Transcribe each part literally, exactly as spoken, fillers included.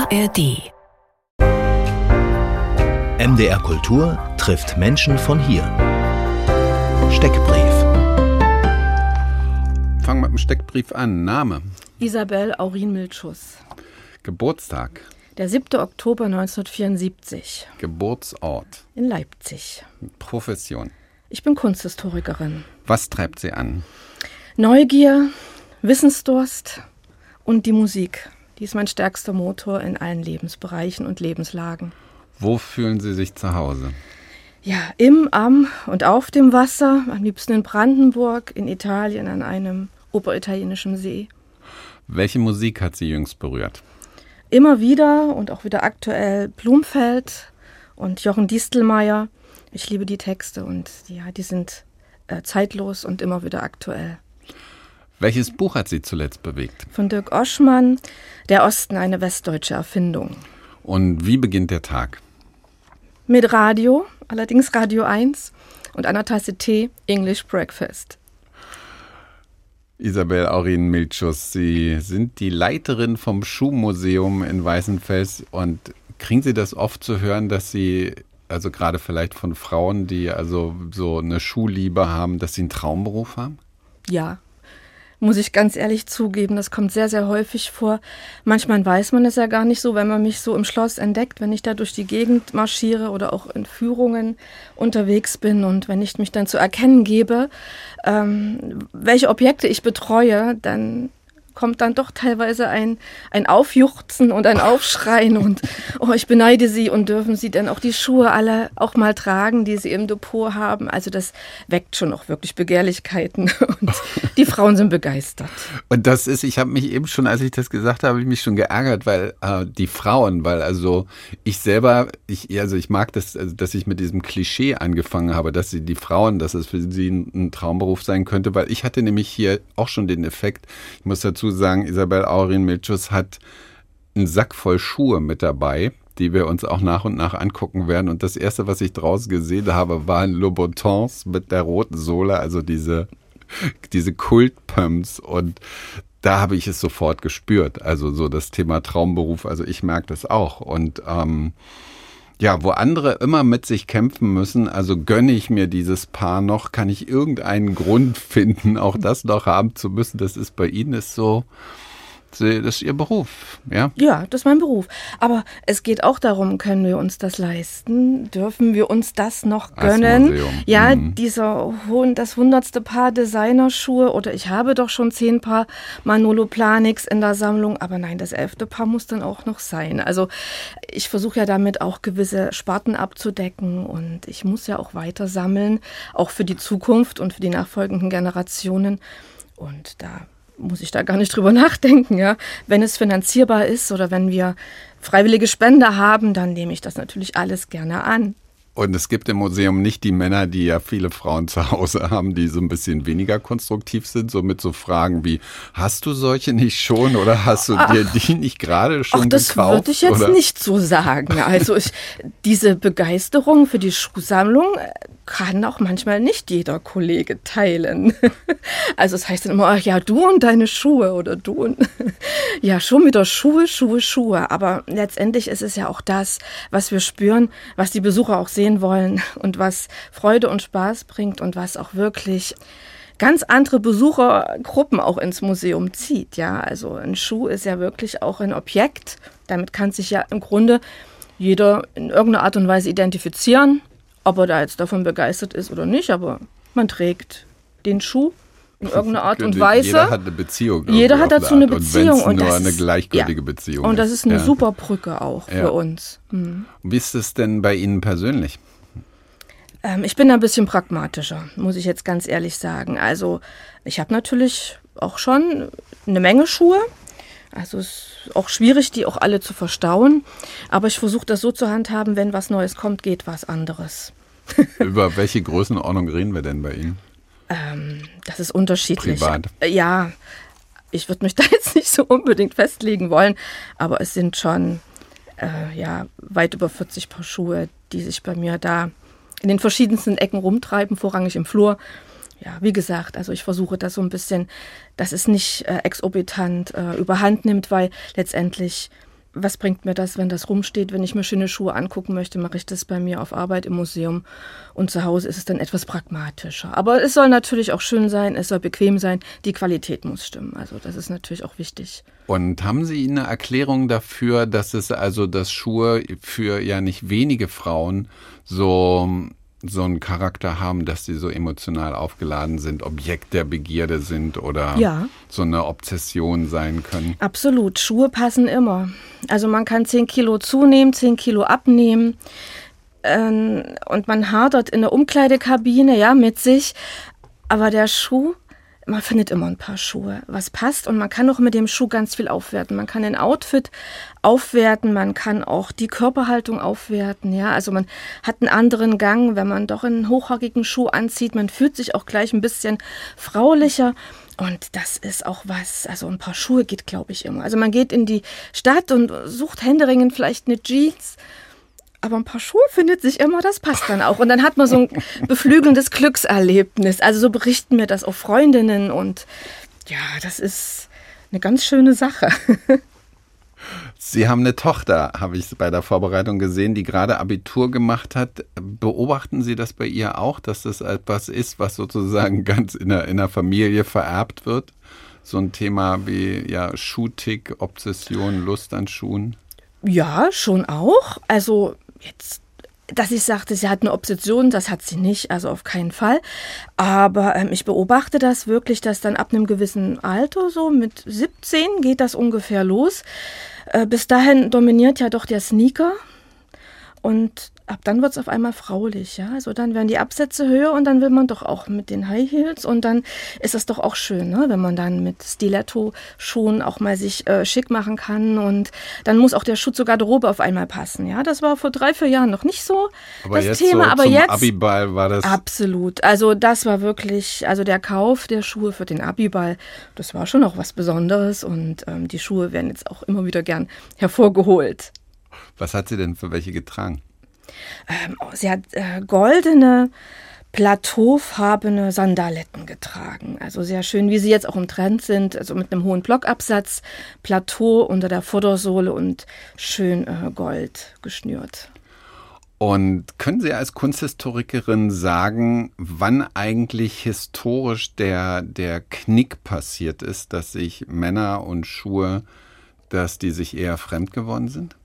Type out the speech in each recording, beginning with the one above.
A R D. M D R Kultur trifft Menschen von hier. Steckbrief. Fangen wir mit dem Steckbrief an. Name? Isabel Aurin Milchus. Geburtstag? Der siebter Oktober neunzehnhundertvierundsiebzig. Geburtsort? In Leipzig. Profession? Ich bin Kunsthistorikerin. Was treibt Sie an? Neugier, Wissensdurst und die Musik. Die ist mein stärkster Motor in allen Lebensbereichen und Lebenslagen. Wo fühlen Sie sich zu Hause? Ja, im, am und auf dem Wasser, am liebsten in Brandenburg, in Italien an einem oberitalienischen See. Welche Musik hat Sie jüngst berührt? Immer wieder und auch wieder aktuell Blumfeld und Jochen Distelmeier. Ich liebe die Texte und ja, die sind äh, zeitlos und immer wieder aktuell. Welches Buch hat Sie zuletzt bewegt? Von Dirk Oschmann, Der Osten, eine westdeutsche Erfindung. Und wie beginnt der Tag? Mit Radio, allerdings Radio eins und einer Tasse Tee, English Breakfast. Isabel Aurin Milchus, Sie sind die Leiterin vom Schuhmuseum in Weißenfels und kriegen Sie das oft zu hören, dass Sie, also gerade vielleicht von Frauen, die also so eine Schuhliebe haben, dass sie einen Traumberuf haben? Ja, muss ich ganz ehrlich zugeben, das kommt sehr, sehr häufig vor. Manchmal weiß man es ja gar nicht so, wenn man mich so im Schloss entdeckt, wenn ich da durch die Gegend marschiere oder auch in Führungen unterwegs bin und wenn ich mich dann zu erkennen gebe, ähm, welche Objekte ich betreue, dann kommt dann doch teilweise ein, ein Aufjuchzen und ein Aufschreien und oh, ich beneide Sie und dürfen Sie denn auch die Schuhe alle auch mal tragen, die Sie im Depot haben. Also das weckt schon auch wirklich Begehrlichkeiten und die Frauen sind begeistert. Und das ist, ich habe mich eben schon, als ich das gesagt habe, habe ich mich schon geärgert, weil äh, die Frauen, weil also ich selber, ich also ich mag das, also, dass ich mit diesem Klischee angefangen habe, dass sie die Frauen, dass es für sie ein, ein Traumberuf sein könnte, weil ich hatte nämlich hier auch schon den Effekt, ich muss dazu sagen, Isabel Aurin Milchus hat einen Sack voll Schuhe mit dabei, die wir uns auch nach und nach angucken werden. Und das Erste, was ich draußen gesehen habe, waren Louboutins mit der roten Sohle, also diese, diese Kultpumps. Und da habe ich es sofort gespürt. Also so das Thema Traumberuf, also ich merke das auch. Und ähm, ja, wo andere immer mit sich kämpfen müssen, also gönne ich mir dieses Paar noch, kann ich irgendeinen Grund finden, auch das noch haben zu müssen. Das ist bei Ihnen ist so, das ist Ihr Beruf, ja? Ja, das ist mein Beruf. Aber es geht auch darum, können wir uns das leisten? Dürfen wir uns das noch gönnen? Als Museum. Ja, mhm. dieser das hundertste Paar Designerschuhe oder ich habe doch schon zehn Paar Manolo Blahniks in der Sammlung, aber nein, das elfte Paar muss dann auch noch sein. Also ich versuche ja damit auch gewisse Sparten abzudecken und ich muss ja auch weiter sammeln, auch für die Zukunft und für die nachfolgenden Generationen. Und da muss ich da gar nicht drüber nachdenken, ja. Wenn es finanzierbar ist oder wenn wir freiwillige Spender haben, dann nehme ich das natürlich alles gerne an. Und es gibt im Museum nicht die Männer, die ja viele Frauen zu Hause haben, die so ein bisschen weniger konstruktiv sind, so mit so Fragen wie, hast du solche nicht schon oder hast du ach, dir die nicht gerade schon ach, das gekauft? Das würde ich jetzt oder? nicht so sagen. Also ich, diese Begeisterung für die Schuhsammlung kann auch manchmal nicht jeder Kollege teilen. Also es heißt dann immer, ach ja, du und deine Schuhe oder du und ja, schon wieder Schuhe, Schuhe, Schuhe. Aber letztendlich ist es ja auch das, was wir spüren, was die Besucher auch sehen wollen und was Freude und Spaß bringt und was auch wirklich ganz andere Besuchergruppen auch ins Museum zieht. Ja, also ein Schuh ist ja wirklich auch ein Objekt. Damit kann sich ja im Grunde jeder in irgendeiner Art und Weise identifizieren, ob er da jetzt davon begeistert ist oder nicht, aber man trägt den Schuh in irgendeiner Art und Weise. Jeder hat eine Beziehung. Jeder hat dazu eine Beziehung. Und, und das nur eine ist, gleichgültige ja. Beziehung. Und das ist eine ja. super Brücke auch ja. für uns. Mhm. Wie ist es denn bei Ihnen persönlich? Ähm, ich bin ein bisschen pragmatischer, muss ich jetzt ganz ehrlich sagen. Also ich habe natürlich auch schon eine Menge Schuhe. Also es ist auch schwierig, die auch alle zu verstauen. Aber ich versuche das so zu handhaben, wenn was Neues kommt, geht was anderes. Über welche Größenordnung reden wir denn bei Ihnen? Ähm, das ist unterschiedlich. Privat? Ja, ich würde mich da jetzt nicht so unbedingt festlegen wollen. Aber es sind schon äh, ja, weit über vierzig Paar Schuhe, die sich bei mir da in den verschiedensten Ecken rumtreiben, vorrangig im Flur. Ja, wie gesagt, also ich versuche das so ein bisschen, dass es nicht äh, exorbitant äh, überhand nimmt, weil letztendlich was bringt mir das, wenn das rumsteht? Wenn ich mir schöne Schuhe angucken möchte, mache ich das bei mir auf Arbeit im Museum. Und zu Hause ist es dann etwas pragmatischer. Aber es soll natürlich auch schön sein, es soll bequem sein. Die Qualität muss stimmen. Also das ist natürlich auch wichtig. Und haben Sie eine Erklärung dafür, dass es also, dass Schuhe für ja nicht wenige Frauen so... so einen Charakter haben, dass sie so emotional aufgeladen sind, Objekt der Begierde sind oder ja. so eine Obsession sein können? Absolut. Schuhe passen immer. Also man kann zehn Kilo zunehmen, zehn Kilo abnehmen ähm, und man hadert in der Umkleidekabine, ja, mit sich. Aber der Schuh, man findet immer ein paar Schuhe, was passt, und man kann auch mit dem Schuh ganz viel aufwerten. Man kann den Outfit aufwerten, man kann auch die Körperhaltung aufwerten, ja, also man hat einen anderen Gang, wenn man doch einen hochhackigen Schuh anzieht, man fühlt sich auch gleich ein bisschen fraulicher, und das ist auch was, also ein paar Schuhe geht, glaube ich, immer. Also man geht in die Stadt und sucht händeringend vielleicht eine Jeans, aber ein paar Schuhe findet sich immer, das passt dann auch. Und dann hat man so ein beflügelndes Glückserlebnis. Also so berichten mir das auch Freundinnen. Und ja, das ist eine ganz schöne Sache. Sie haben eine Tochter, habe ich bei der Vorbereitung gesehen, die gerade Abitur gemacht hat. Beobachten Sie das bei ihr auch, dass das etwas ist, was sozusagen ganz in der, in der Familie vererbt wird? So ein Thema wie ja, Schuhtick, Obsession, Lust an Schuhen? Ja, schon auch. Also jetzt, dass ich sagte, sie hat eine Obsession, das hat sie nicht, also auf keinen Fall. Aber ähm, ich beobachte das wirklich, dass dann ab einem gewissen Alter, so mit siebzehn, geht das ungefähr los. Äh, bis dahin dominiert ja doch der Sneaker. Und ab dann wird es auf einmal fraulich, ja. Also dann werden die Absätze höher und dann will man doch auch mit den High Heels, und dann ist es doch auch schön, ne? Wenn man dann mit Stiletto-Schuhen auch mal sich äh, schick machen kann, und dann muss auch der Schuh zur Garderobe auf einmal passen, ja. Das war vor drei, vier Jahren noch nicht so aber das jetzt Thema, so aber zum jetzt Abiball war das absolut. Also das war wirklich, also der Kauf der Schuhe für den Abiball, das war schon auch was Besonderes, und ähm, die Schuhe werden jetzt auch immer wieder gern hervorgeholt. Was hat sie denn für welche getragen? Ähm, sie hat äh, goldene, plateaufarbene Sandaletten getragen. Also sehr schön, wie sie jetzt auch im Trend sind. Also mit einem hohen Blockabsatz, Plateau unter der Vordersohle und schön äh, Gold geschnürt. Und können Sie als Kunsthistorikerin sagen, wann eigentlich historisch der, der Knick passiert ist, dass sich Männer und Schuhe, dass die sich eher fremd geworden sind?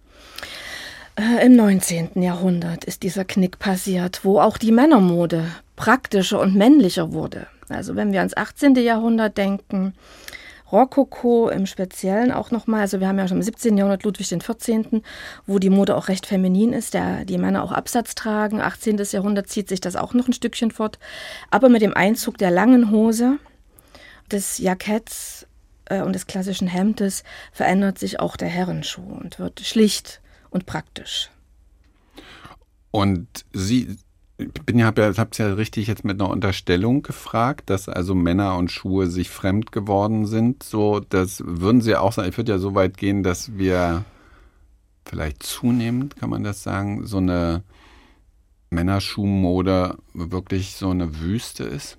Im neunzehnten Jahrhundert ist dieser Knick passiert, wo auch die Männermode praktischer und männlicher wurde. Also wenn wir ans achtzehnten Jahrhundert denken, Rokoko im Speziellen auch nochmal, also wir haben ja schon im siebzehnten Jahrhundert Ludwig den vierzehnten, wo die Mode auch recht feminin ist, der die Männer auch Absatz tragen. achtzehnten Jahrhundert zieht sich das auch noch ein Stückchen fort. Aber mit dem Einzug der langen Hose, des Jacketts äh, und des klassischen Hemdes verändert sich auch der Herrenschuh und wird schlicht und praktisch. Und Sie, ich bin ja, habe ja, hab's ja richtig jetzt mit einer Unterstellung gefragt, dass also Männer und Schuhe sich fremd geworden sind. So, das würden Sie auch sagen, ich würde ja so weit gehen, dass wir vielleicht zunehmend, kann man das sagen, so eine Männerschuhmode wirklich so eine Wüste ist?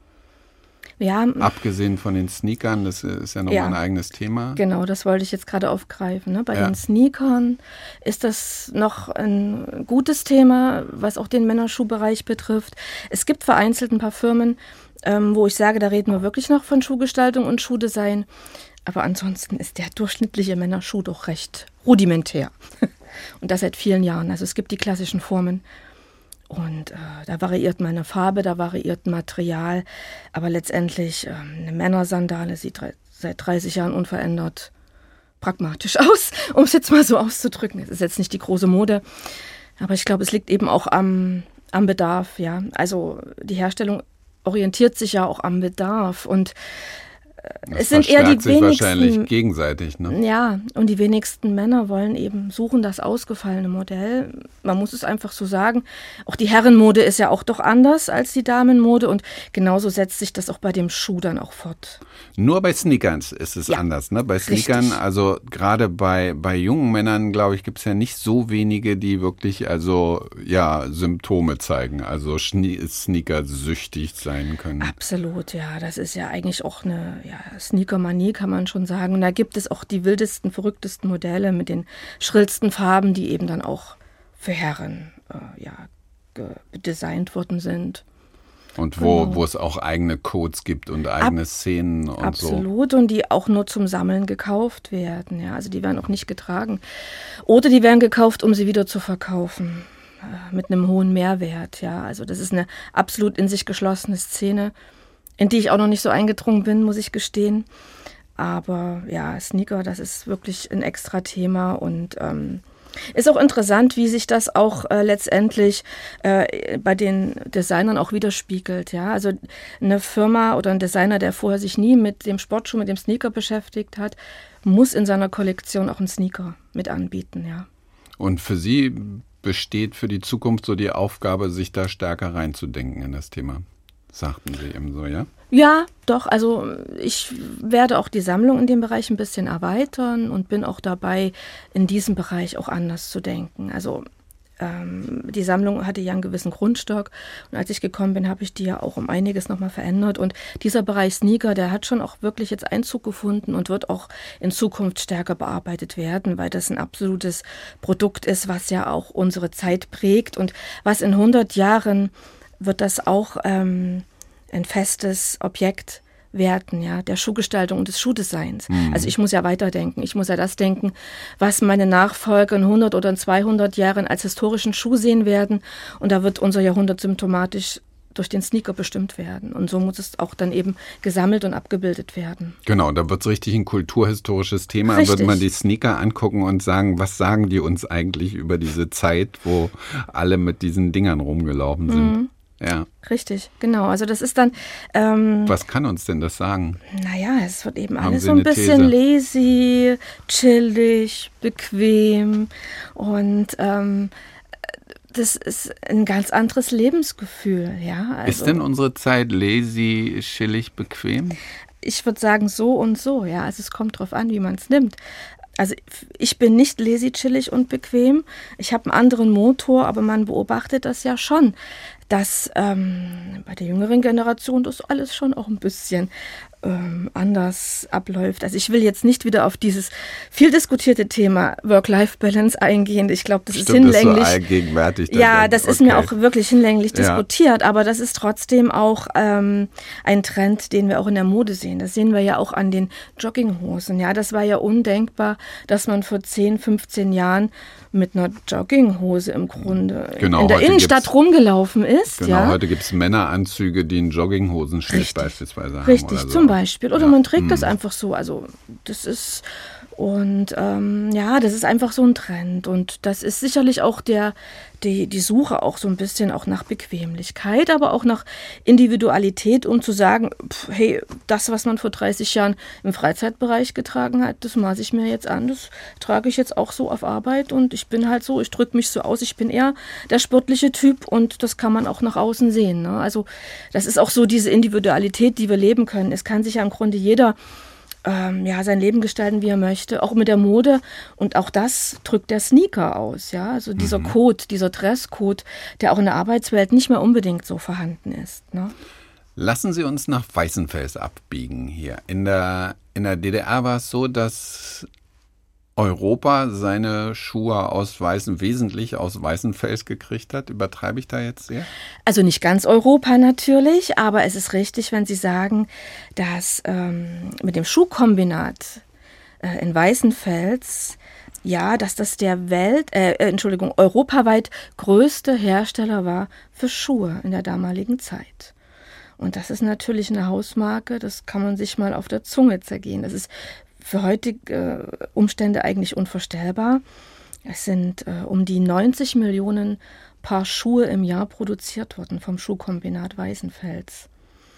Ja, abgesehen von den Sneakern, das ist ja nochmal ja, ein eigenes Thema. Genau, das wollte ich jetzt gerade aufgreifen. Ne? Bei ja. den Sneakern ist das noch ein gutes Thema, was auch den Männerschuhbereich betrifft. Es gibt vereinzelt ein paar Firmen, ähm, wo ich sage, da reden wir wirklich noch von Schuhgestaltung und Schuhdesign. Aber ansonsten ist der durchschnittliche Männerschuh doch recht rudimentär. Und das seit vielen Jahren. Also es gibt die klassischen Formen. Und äh, da variiert mal eine Farbe, da variiert ein Material, aber letztendlich äh, eine Männersandale sieht drei, seit dreißig Jahren unverändert pragmatisch aus, um es jetzt mal so auszudrücken. Es ist jetzt nicht die große Mode, aber ich glaube, es liegt eben auch am, am Bedarf. Ja, also die Herstellung orientiert sich ja auch am Bedarf, und das es sind eher die sich wenigsten, wahrscheinlich gegenseitig, ne? Ja, und die wenigsten Männer wollen eben, suchen das ausgefallene Modell. Man muss es einfach so sagen. Auch die Herrenmode ist ja auch doch anders als die Damenmode, und genauso setzt sich das auch bei dem Schuh dann auch fort. Nur bei Sneakern ist es ja, anders, ne? Bei Sneakern, richtig. Also gerade bei, bei jungen Männern, glaube ich, gibt es ja nicht so wenige, die wirklich also ja Symptome zeigen, also Sneaker süchtig sein können. Absolut, ja. Das ist ja eigentlich auch eine, ja, ja, Sneakermanie, kann man schon sagen. Und da gibt es auch die wildesten, verrücktesten Modelle mit den schrillsten Farben, die eben dann auch für Herren äh, ja, designt worden sind. Und wo, genau. wo es auch eigene Codes gibt und eigene Ab, Szenen und absolut. so. Absolut, und die auch nur zum Sammeln gekauft werden. Ja, also die werden auch nicht getragen. Oder die werden gekauft, um sie wieder zu verkaufen. Mit einem hohen Mehrwert. Ja, also das ist eine absolut in sich geschlossene Szene, in die ich auch noch nicht so eingedrungen bin, muss ich gestehen. Aber ja, Sneaker, das ist wirklich ein extra Thema und ähm, ist auch interessant, wie sich das auch äh, letztendlich äh, bei den Designern auch widerspiegelt. Ja? Also eine Firma oder ein Designer, der vorher sich nie mit dem Sportschuh, mit dem Sneaker beschäftigt hat, muss in seiner Kollektion auch einen Sneaker mit anbieten. Ja. Und für Sie besteht für die Zukunft so die Aufgabe, sich da stärker reinzudenken in das Thema, sagten Sie eben so, ja? Ja, doch. Also ich werde auch die Sammlung in dem Bereich ein bisschen erweitern und bin auch dabei, in diesem Bereich auch anders zu denken. Also ähm, die Sammlung hatte ja einen gewissen Grundstock und als ich gekommen bin, habe ich die ja auch um einiges nochmal verändert. Und dieser Bereich Sneaker, der hat schon auch wirklich jetzt Einzug gefunden und wird auch in Zukunft stärker bearbeitet werden, weil das ein absolutes Produkt ist, was ja auch unsere Zeit prägt und was in hundert Jahren wird das auch ähm, ein festes Objekt werden, ja, der Schuhgestaltung und des Schuhdesigns. Mhm. Also ich muss ja weiterdenken. Ich muss ja das denken, was meine Nachfolger in hundert oder in zweihundert Jahren als historischen Schuh sehen werden. Und da wird unser Jahrhundert symptomatisch durch den Sneaker bestimmt werden. Und so muss es auch dann eben gesammelt und abgebildet werden. Genau, da wird es richtig ein kulturhistorisches Thema. Richtig. Da wird man die Sneaker angucken und sagen, was sagen die uns eigentlich über diese Zeit, wo alle mit diesen Dingern rumgelaufen sind. Mhm. Ja. Richtig, genau. Also das ist dann... Ähm, Was kann uns denn das sagen? Naja, es wird eben Haben alles Sie so ein eine bisschen These? lazy, chillig, bequem und ähm, das ist ein ganz anderes Lebensgefühl. Ja? Also, ist denn unsere Zeit lazy, chillig, bequem? Ich würde sagen so und so. Ja, also es kommt drauf an, wie man es nimmt. Also ich bin nicht lazy, chillig und bequem. Ich habe einen anderen Motor, aber man beobachtet das ja schon, dass ähm, bei der jüngeren Generation das alles schon auch ein bisschen ähm, anders abläuft. Also ich will jetzt nicht wieder auf dieses viel diskutierte Thema Work-Life-Balance eingehen. Ich glaube, das Stimmt, ist hinlänglich. Das ist so allgegenwärtig. Ja, das okay. ist mir auch wirklich hinlänglich Ja. diskutiert, aber das ist trotzdem auch ähm, ein Trend, den wir auch in der Mode sehen. Das sehen wir ja auch an den Jogginghosen. Ja, das war ja undenkbar, dass man vor zehn, fünfzehn Jahren mit einer Jogginghose im Grunde Genau, in der heute Innenstadt rumgelaufen ist. Genau, ja. heute gibt es Männeranzüge, die einen Jogginghosenschnitt Richtig. beispielsweise haben. Richtig, oder so. zum Beispiel. Oder Ja. man trägt Hm. das einfach so. Also das ist und ähm, ja, das ist einfach so ein Trend. Und das ist sicherlich auch der die, die Suche auch so ein bisschen auch nach Bequemlichkeit, aber auch nach Individualität, um zu sagen, pff, hey, das, was man vor dreißig Jahren im Freizeitbereich getragen hat, das maße ich mir jetzt an, das trage ich jetzt auch so auf Arbeit und ich bin halt so, ich drücke mich so aus, ich bin eher der sportliche Typ und das kann man auch nach außen sehen. Ne? Also das ist auch so diese Individualität, die wir leben können. Es kann sich ja im Grunde jeder ähm, ja, sein Leben gestalten, wie er möchte, auch mit der Mode und auch das drückt der Sneaker aus. Ja? Also dieser mhm. Code, dieser Dresscode, der auch in der Arbeitswelt nicht mehr unbedingt so vorhanden ist. Ne? Lassen Sie uns nach Weißenfels abbiegen hier. In der, in der D D R war es so, dass Europa seine Schuhe aus Weißen, wesentlich aus Weißenfels gekriegt hat. Übertreibe ich da jetzt sehr? Also nicht ganz Europa natürlich, aber es ist richtig, wenn Sie sagen, dass ähm, mit dem Schuhkombinat äh, in Weißenfels, ja, dass das der Welt, äh, Entschuldigung, europaweit größte Hersteller war für Schuhe in der damaligen Zeit. Und das ist natürlich eine Hausmarke, das kann man sich mal auf der Zunge zergehen. Das ist für heutige äh, Umstände eigentlich unvorstellbar. Es sind äh, um die neunzig Millionen Paar Schuhe im Jahr produziert worden vom Schuhkombinat Weißenfels.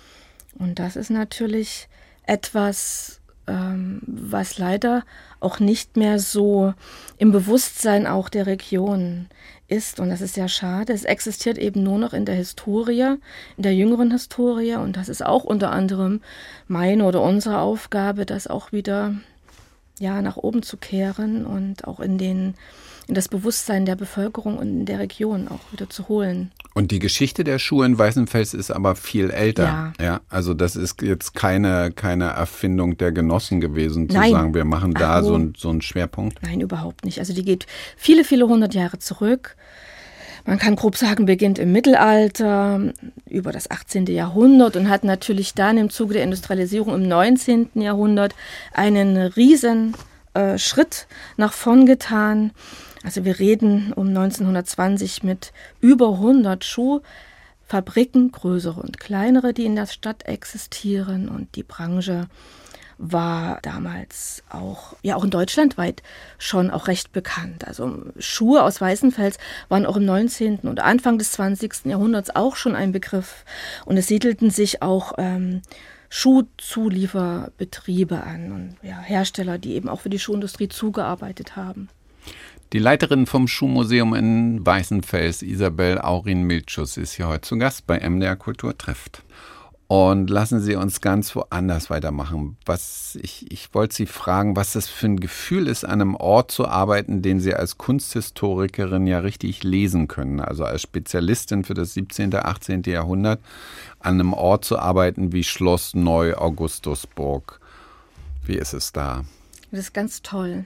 Und das ist natürlich etwas, ähm, was leider auch nicht mehr so im Bewusstsein auch der Region ist. Und das ist ja schade. Es existiert eben nur noch in der Historie, in der jüngeren Historie. Und das ist auch unter anderem meine oder unsere Aufgabe, das auch wieder ja, nach oben zu kehren und auch in den in das Bewusstsein der Bevölkerung und in der Region auch wieder zu holen. Und die Geschichte der Schuhe in Weißenfels ist aber viel älter. Ja. Ja, also das ist jetzt keine, keine Erfindung der Genossen gewesen, zu Nein. sagen, wir machen da Oh. so, ein, so einen Schwerpunkt. Nein, überhaupt nicht. Also die geht viele, viele hundert Jahre zurück. Man kann grob sagen, beginnt im Mittelalter, über das achtzehnte Jahrhundert und hat natürlich dann im Zuge der Industrialisierung im neunzehnten Jahrhundert einen riesen äh, Schritt nach vorn getan. Also wir reden um neunzehnhundertzwanzig mit über hundert Schuhfabriken, größere und kleinere, die in der Stadt existieren. Und die Branche war damals auch, ja auch in Deutschland weit schon auch recht bekannt. Also Schuhe aus Weißenfels waren auch im neunzehnten und Anfang des zwanzigsten Jahrhunderts auch schon ein Begriff. Und es siedelten sich auch ähm, Schuhzulieferbetriebe an und ja, Hersteller, die eben auch für die Schuhindustrie zugearbeitet haben. Die Leiterin vom Schuhmuseum in Weißenfels, Isabel Aurin-Milchus, ist hier heute zu Gast bei M D R Kultur trifft. Und lassen Sie uns ganz woanders weitermachen. Was ich, ich wollte Sie fragen, was das für ein Gefühl ist, an einem Ort zu arbeiten, den Sie als Kunsthistorikerin ja richtig lesen können. Also als Spezialistin für das siebzehnte, achtzehnte Jahrhundert an einem Ort zu arbeiten wie Schloss Neu-Augustusburg. Wie ist es da? Das ist ganz toll.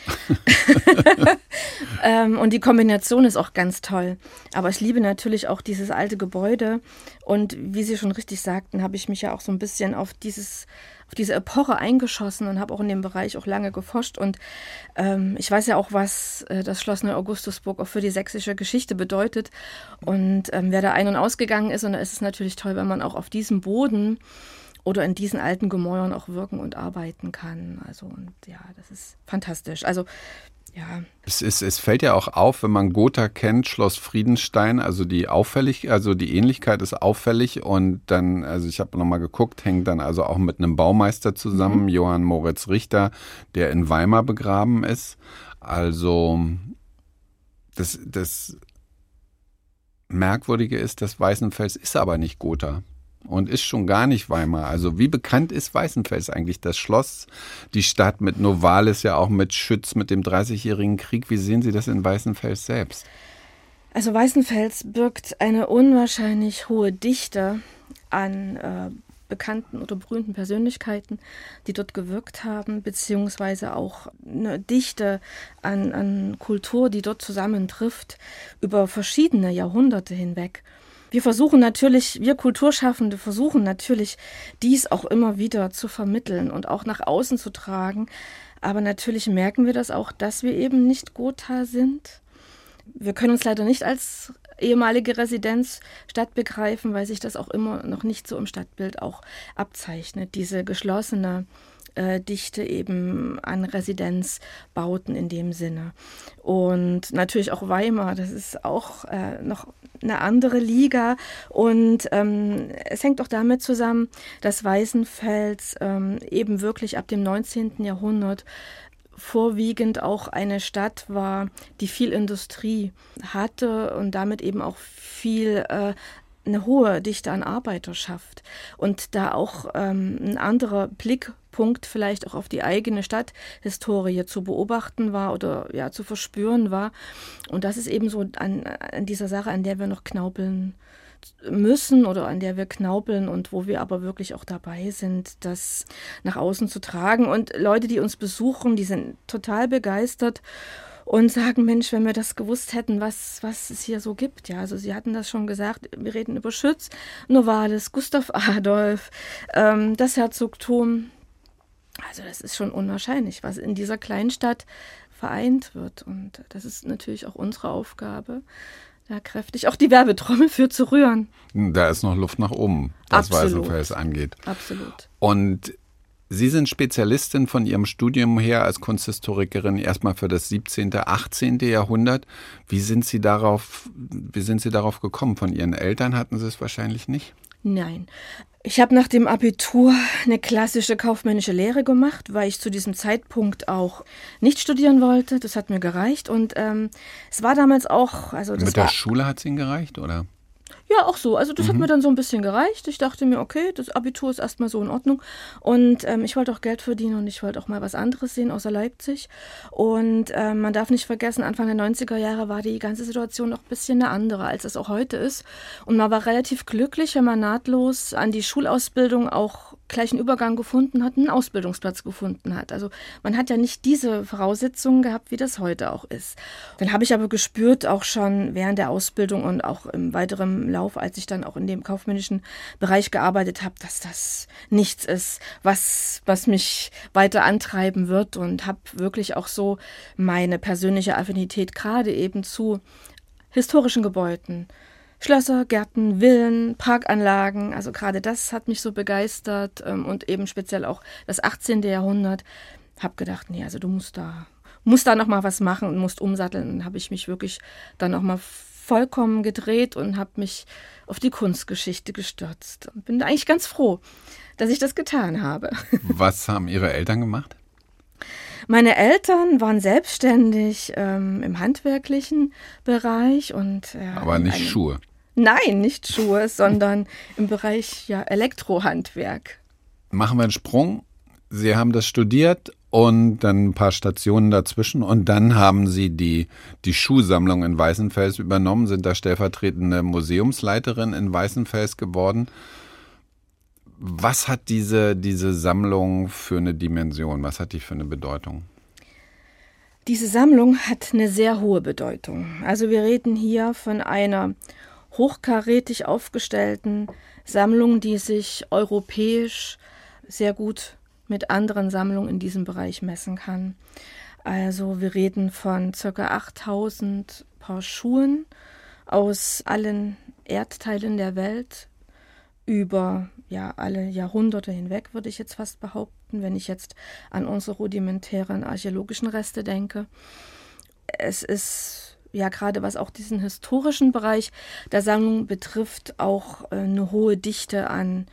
ähm, und die Kombination ist auch ganz toll. Aber ich liebe natürlich auch dieses alte Gebäude. Und wie Sie schon richtig sagten, habe ich mich ja auch so ein bisschen auf dieses, auf diese Epoche eingeschossen und habe auch in dem Bereich auch lange geforscht. Und ähm, ich weiß ja auch, was äh, das Schloss Neu-Augustusburg auch für die sächsische Geschichte bedeutet. Und ähm, wer da ein- und ausgegangen ist, und da ist es natürlich toll, wenn man auch auf diesem Boden oder in diesen alten Gemäuern auch wirken und arbeiten kann. Also und ja, das ist fantastisch. Also ja. Es, ist, es fällt ja auch auf, wenn man Gotha kennt, Schloss Friedenstein, also die auffällig, also die Ähnlichkeit ist auffällig und dann, also ich habe nochmal geguckt, hängt dann also auch mit einem Baumeister zusammen, mhm. Johann Moritz Richter, der in Weimar begraben ist. Also das, das Merkwürdige ist, dass Weißenfels ist aber nicht Gotha. Und ist schon gar nicht Weimar. Also wie bekannt ist Weißenfels eigentlich? Das Schloss, die Stadt mit Novalis, ja auch mit Schütz, mit dem dreißigjährigen Krieg. Wie sehen Sie das in Weißenfels selbst? Also Weißenfels birgt eine unwahrscheinlich hohe Dichte an äh, bekannten oder berühmten Persönlichkeiten, die dort gewirkt haben, beziehungsweise auch eine Dichte an, an Kultur, die dort zusammentrifft, über verschiedene Jahrhunderte hinweg. Wir versuchen natürlich, wir Kulturschaffende versuchen natürlich, dies auch immer wieder zu vermitteln und auch nach außen zu tragen. Aber natürlich merken wir das auch, dass wir eben nicht Gotha sind. Wir können uns leider nicht als ehemalige Residenzstadt begreifen, weil sich das auch immer noch nicht so im Stadtbild auch abzeichnet. Diese geschlossene äh, Dichte eben an Residenzbauten in dem Sinne. Und natürlich auch Weimar, das ist auch äh, noch eine andere Liga und ähm, es hängt auch damit zusammen, dass Weißenfels ähm, eben wirklich ab dem neunzehnten Jahrhundert vorwiegend auch eine Stadt war, die viel Industrie hatte und damit eben auch viel äh, eine hohe Dichte an Arbeiterschaft und da auch ähm, ein anderer Blickpunkt vielleicht auch auf die eigene Stadthistorie zu beobachten war oder ja zu verspüren war. Und das ist eben so an, an dieser Sache, an der wir noch knaubeln müssen oder an der wir knaubeln und wo wir aber wirklich auch dabei sind, das nach außen zu tragen. Und Leute, die uns besuchen, die sind total begeistert und sagen, Mensch, wenn wir das gewusst hätten, was, was es hier so gibt. Ja, also Sie hatten das schon gesagt, wir reden über Schütz, Novalis, Gustav Adolf, ähm, das Herzogtum. Also das ist schon unwahrscheinlich, was in dieser Kleinstadt vereint wird. Und das ist natürlich auch unsere Aufgabe, da kräftig auch die Werbetrommel für zu rühren. Da ist noch Luft nach oben, was Weißenfels angeht. Absolut. Und Sie sind Spezialistin von Ihrem Studium her als Kunsthistorikerin erstmal für das siebzehnte, achtzehnte Jahrhundert. Wie sind Sie darauf, wie sind Sie darauf gekommen? Von Ihren Eltern hatten Sie es wahrscheinlich nicht? Nein. Ich habe nach dem Abitur eine klassische kaufmännische Lehre gemacht, weil ich zu diesem Zeitpunkt auch nicht studieren wollte. Das hat mir gereicht und ähm, es war damals auch... Also das Mit der war, Schule hat es Ihnen gereicht, oder? Ja, auch so. Also das mhm. hat mir dann so ein bisschen gereicht. Ich dachte mir, okay, das Abitur ist erstmal so in Ordnung. Und ähm, ich wollte auch Geld verdienen und ich wollte auch mal was anderes sehen außer Leipzig. Und ähm, man darf nicht vergessen, Anfang der neunziger Jahre war die ganze Situation noch ein bisschen eine andere, als es auch heute ist. Und man war relativ glücklich, wenn man nahtlos an die Schulausbildung auch gleich einen Übergang gefunden hat, einen Ausbildungsplatz gefunden hat. Also man hat ja nicht diese Voraussetzungen gehabt, wie das heute auch ist. Dann habe ich aber gespürt, auch schon während der Ausbildung und auch im weiteren Lauf, als ich dann auch in dem kaufmännischen Bereich gearbeitet habe, dass das nichts ist, was, was mich weiter antreiben wird, und habe wirklich auch so meine persönliche Affinität gerade eben zu historischen Gebäuden, Schlösser, Gärten, Villen, Parkanlagen, also gerade das hat mich so begeistert, und eben speziell auch das achtzehnte Jahrhundert. Habe gedacht, nee, also du musst da, musst da noch mal was machen und musst umsatteln. Und habe ich mich wirklich dann noch mal vollkommen gedreht und habe mich auf die Kunstgeschichte gestürzt. Und bin eigentlich ganz froh, dass ich das getan habe. Was haben Ihre Eltern gemacht? Meine Eltern waren selbstständig ähm, im handwerklichen Bereich. Und, äh, aber nicht einem, Schuhe? Nein, nicht Schuhe, sondern im Bereich ja, Elektrohandwerk. Machen wir einen Sprung. Sie haben das studiert und dann ein paar Stationen dazwischen, und dann haben Sie die, die Schuhsammlung in Weißenfels übernommen, sind da stellvertretende Museumsleiterin in Weißenfels geworden. Was hat diese, diese Sammlung für eine Dimension? Was hat die für eine Bedeutung? Diese Sammlung hat eine sehr hohe Bedeutung. Also wir reden hier von einer hochkarätig aufgestellten Sammlung, die sich europäisch sehr gut mit anderen Sammlungen in diesem Bereich messen kann. Also wir reden von ca. achttausend Paar Schuhen aus allen Erdteilen der Welt über ja, alle Jahrhunderte hinweg, würde ich jetzt fast behaupten, wenn ich jetzt an unsere rudimentären archäologischen Reste denke. Es ist ja gerade, was auch diesen historischen Bereich der Sammlung betrifft, auch äh, eine hohe Dichte an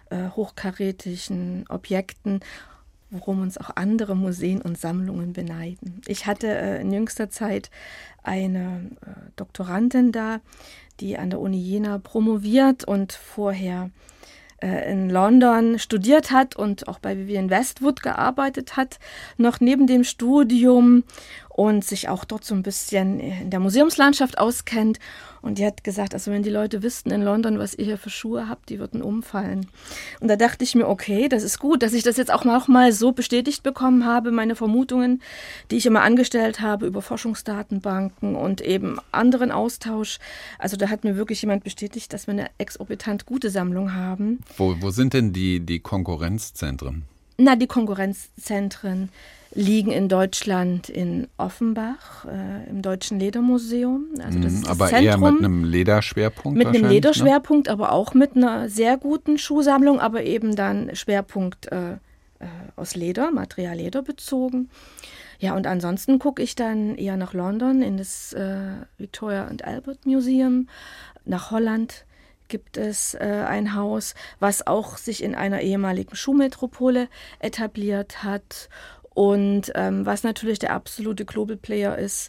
hochkarätigen Objekten, worum uns auch andere Museen und Sammlungen beneiden. Ich hatte äh, in jüngster Zeit eine äh, Doktorandin da, die an der Uni Jena promoviert und vorher äh, in London studiert hat und auch bei Vivienne Westwood gearbeitet hat, noch neben dem Studium, und sich auch dort so ein bisschen in der Museumslandschaft auskennt. Und die hat gesagt, also wenn die Leute wüssten in London, was ihr hier für Schuhe habt, die würden umfallen. Und da dachte ich mir, okay, das ist gut, dass ich das jetzt auch noch mal so bestätigt bekommen habe, meine Vermutungen, die ich immer angestellt habe über Forschungsdatenbanken und eben anderen Austausch. Also da hat mir wirklich jemand bestätigt, dass wir eine exorbitant gute Sammlung haben. Wo, wo sind denn die, die Konkurrenzzentren? Na, die Konkurrenzzentren liegen in Deutschland in Offenbach, äh, im Deutschen Ledermuseum. Also das ist das aber Zentrum, eher mit einem Lederschwerpunkt Mit einem Lederschwerpunkt, ne? aber auch mit einer sehr guten Schuhsammlung, aber eben dann Schwerpunkt äh, äh, aus Leder, Material Leder bezogen. Ja, und ansonsten gucke ich dann eher nach London in das äh, Victoria and Albert Museum, nach Holland. Gibt es äh, ein Haus, was auch sich in einer ehemaligen Schuhmetropole etabliert hat. Und ähm, was natürlich der absolute Global Player ist,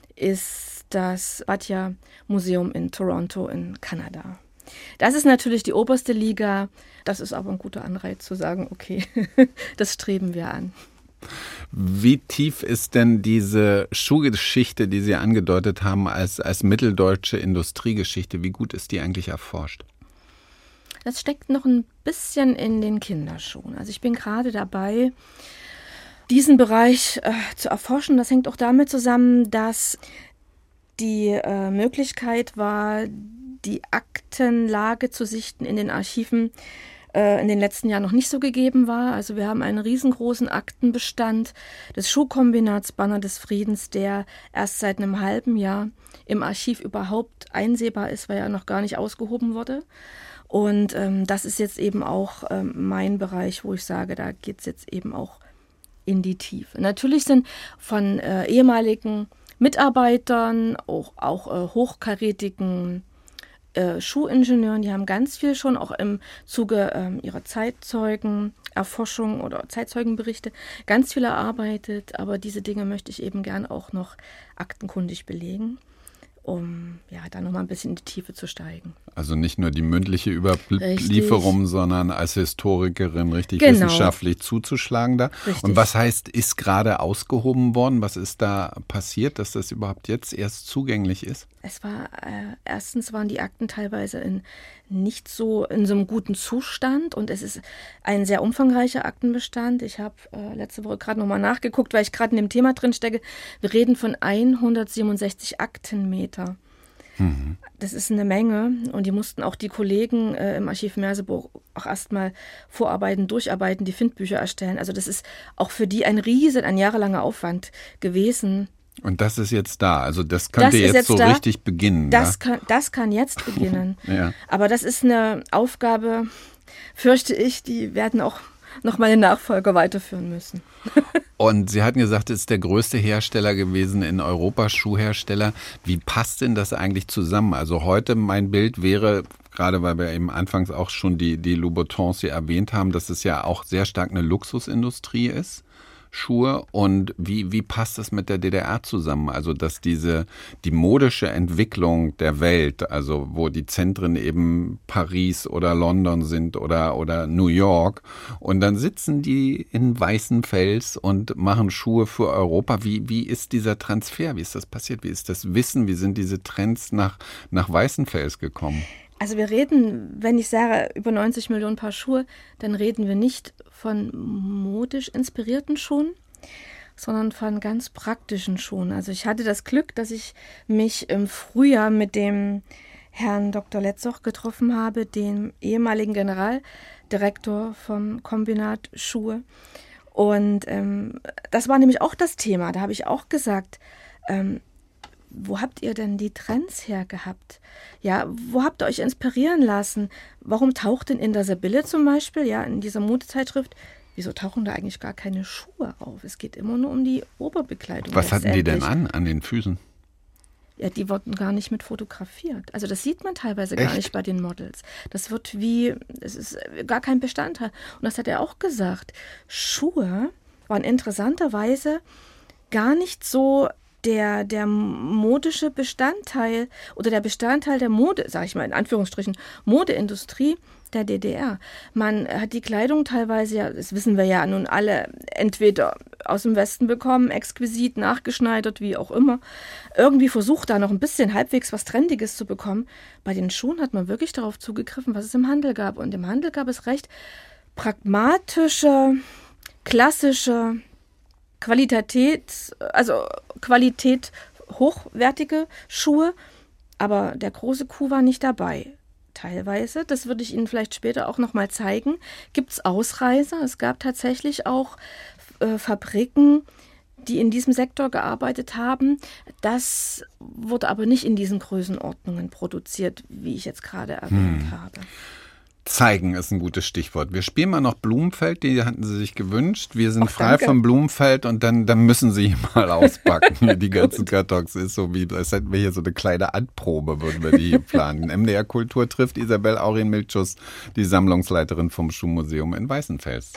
ist das Batya Museum in Toronto in Kanada. Das ist natürlich die oberste Liga. Das ist aber ein guter Anreiz zu sagen, okay, das streben wir an. Wie tief ist denn diese Schuhgeschichte, die Sie angedeutet haben, als, als mitteldeutsche Industriegeschichte, wie gut ist die eigentlich erforscht? Das steckt noch ein bisschen in den Kinderschuhen. Also ich bin gerade dabei, diesen Bereich äh, zu erforschen. Das hängt auch damit zusammen, dass die äh, Möglichkeit war, die Aktenlage zu sichten in den Archiven äh, in den letzten Jahren noch nicht so gegeben war. Also wir haben einen riesengroßen Aktenbestand des Schuhkombinats Banner des Friedens, der erst seit einem halben Jahr im Archiv überhaupt einsehbar ist, weil er noch gar nicht ausgehoben wurde. Und ähm, das ist jetzt eben auch ähm, mein Bereich, wo ich sage, da geht es jetzt eben auch in die Tiefe. Natürlich sind von äh, ehemaligen Mitarbeitern, auch, auch äh, hochkarätigen äh, Schuhingenieuren, die haben ganz viel schon auch im Zuge ähm, ihrer Zeitzeugenerforschung oder Zeitzeugenberichte ganz viel erarbeitet, aber diese Dinge möchte ich eben gern auch noch aktenkundig belegen. um ja, da nochmal ein bisschen in die Tiefe zu steigen. Also nicht nur die mündliche Überlieferung, richtig, sondern als Historikerin richtig genau. wissenschaftlich zuzuschlagen da. Richtig. Und was heißt, ist gerade ausgehoben worden? Was ist da passiert, dass das überhaupt jetzt erst zugänglich ist? Es war, äh, erstens waren die Akten teilweise in nicht so in so einem guten Zustand und es ist ein sehr umfangreicher Aktenbestand. Ich habe äh, letzte Woche gerade nochmal nachgeguckt, weil ich gerade in dem Thema drin stecke. Wir reden von hundertsiebenundsechzig Aktenmeter. Mhm. Das ist eine Menge und die mussten auch die Kollegen äh, im Archiv Merseburg auch erstmal vorarbeiten, durcharbeiten, die Findbücher erstellen. Also das ist auch für die ein riesen, ein jahrelanger Aufwand gewesen. Und das ist jetzt da, also das könnte das jetzt, jetzt so da. richtig beginnen. Das, ja? kann, das kann jetzt beginnen. Ja. Aber das ist eine Aufgabe, fürchte ich, die werden auch noch meine Nachfolger weiterführen müssen. Und Sie hatten gesagt, es ist der größte Hersteller gewesen in Europa, Schuhhersteller. Wie passt denn das eigentlich zusammen? Also heute mein Bild wäre, gerade weil wir eben anfangs auch schon die, die Louboutins hier erwähnt haben, dass es ja auch sehr stark eine Luxusindustrie ist. Schuhe und wie, wie passt das mit der D D R zusammen? Also, dass diese, die modische Entwicklung der Welt, also wo die Zentren eben Paris oder London sind oder, oder New York und dann sitzen die in Weißenfels und machen Schuhe für Europa. Wie, wie ist dieser Transfer? Wie ist das passiert? Wie ist das Wissen? Wie sind diese Trends nach, nach Weißenfels gekommen? Also wir reden, wenn ich sage, über neunzig Millionen Paar Schuhe, dann reden wir nicht von modisch inspirierten Schuhen, sondern von ganz praktischen Schuhen. Also ich hatte das Glück, dass ich mich im Frühjahr mit dem Herrn Doktor Letzoch getroffen habe, dem ehemaligen Generaldirektor vom Kombinat Schuhe. Und ähm, das war nämlich auch das Thema. Da habe ich auch gesagt, ähm, wo habt ihr denn die Trends her gehabt? Ja, wo habt ihr euch inspirieren lassen? Warum taucht denn in der Sibylle zum Beispiel, ja, in dieser Modezeitschrift, wieso tauchen da eigentlich gar keine Schuhe auf? Es geht immer nur um die Oberbekleidung. Was hatten die denn an, an den Füßen? Ja, die wurden gar nicht mit fotografiert. Also das sieht man teilweise Echt? gar nicht bei den Models. Das wird wie, es ist gar kein Bestandteil. Und das hat er auch gesagt. Schuhe waren interessanterweise gar nicht so Der, der modische Bestandteil oder der Bestandteil der Mode, sage ich mal in Anführungsstrichen, Modeindustrie der D D R. Man hat die Kleidung teilweise, ja, das wissen wir ja nun alle, entweder aus dem Westen bekommen, exquisit, nachgeschneidert, wie auch immer. Irgendwie versucht da noch ein bisschen halbwegs was Trendiges zu bekommen. Bei den Schuhen hat man wirklich darauf zugegriffen, was es im Handel gab. Und im Handel gab es recht pragmatische, klassische Qualität, also Qualität hochwertige Schuhe, aber der große Coup war nicht dabei. Teilweise, das würde ich Ihnen vielleicht später auch nochmal zeigen, gibt es Ausreißer. Es gab tatsächlich auch äh, Fabriken, die in diesem Sektor gearbeitet haben. Das wurde aber nicht in diesen Größenordnungen produziert, wie ich jetzt gerade erwähnt hm. habe. Zeigen ist ein gutes Stichwort. Wir spielen mal noch Blumenfeld, die hatten Sie sich gewünscht. Wir sind Ach, frei danke. von Blumenfeld und dann, dann müssen Sie mal auspacken. Die ganzen Kartons ist so wie, als hätten wir hier so eine kleine Anprobe, würden wir die hier planen. M D R Kultur trifft Isabel Aurin-Milchus, die Sammlungsleiterin vom Schuhmuseum in Weißenfels.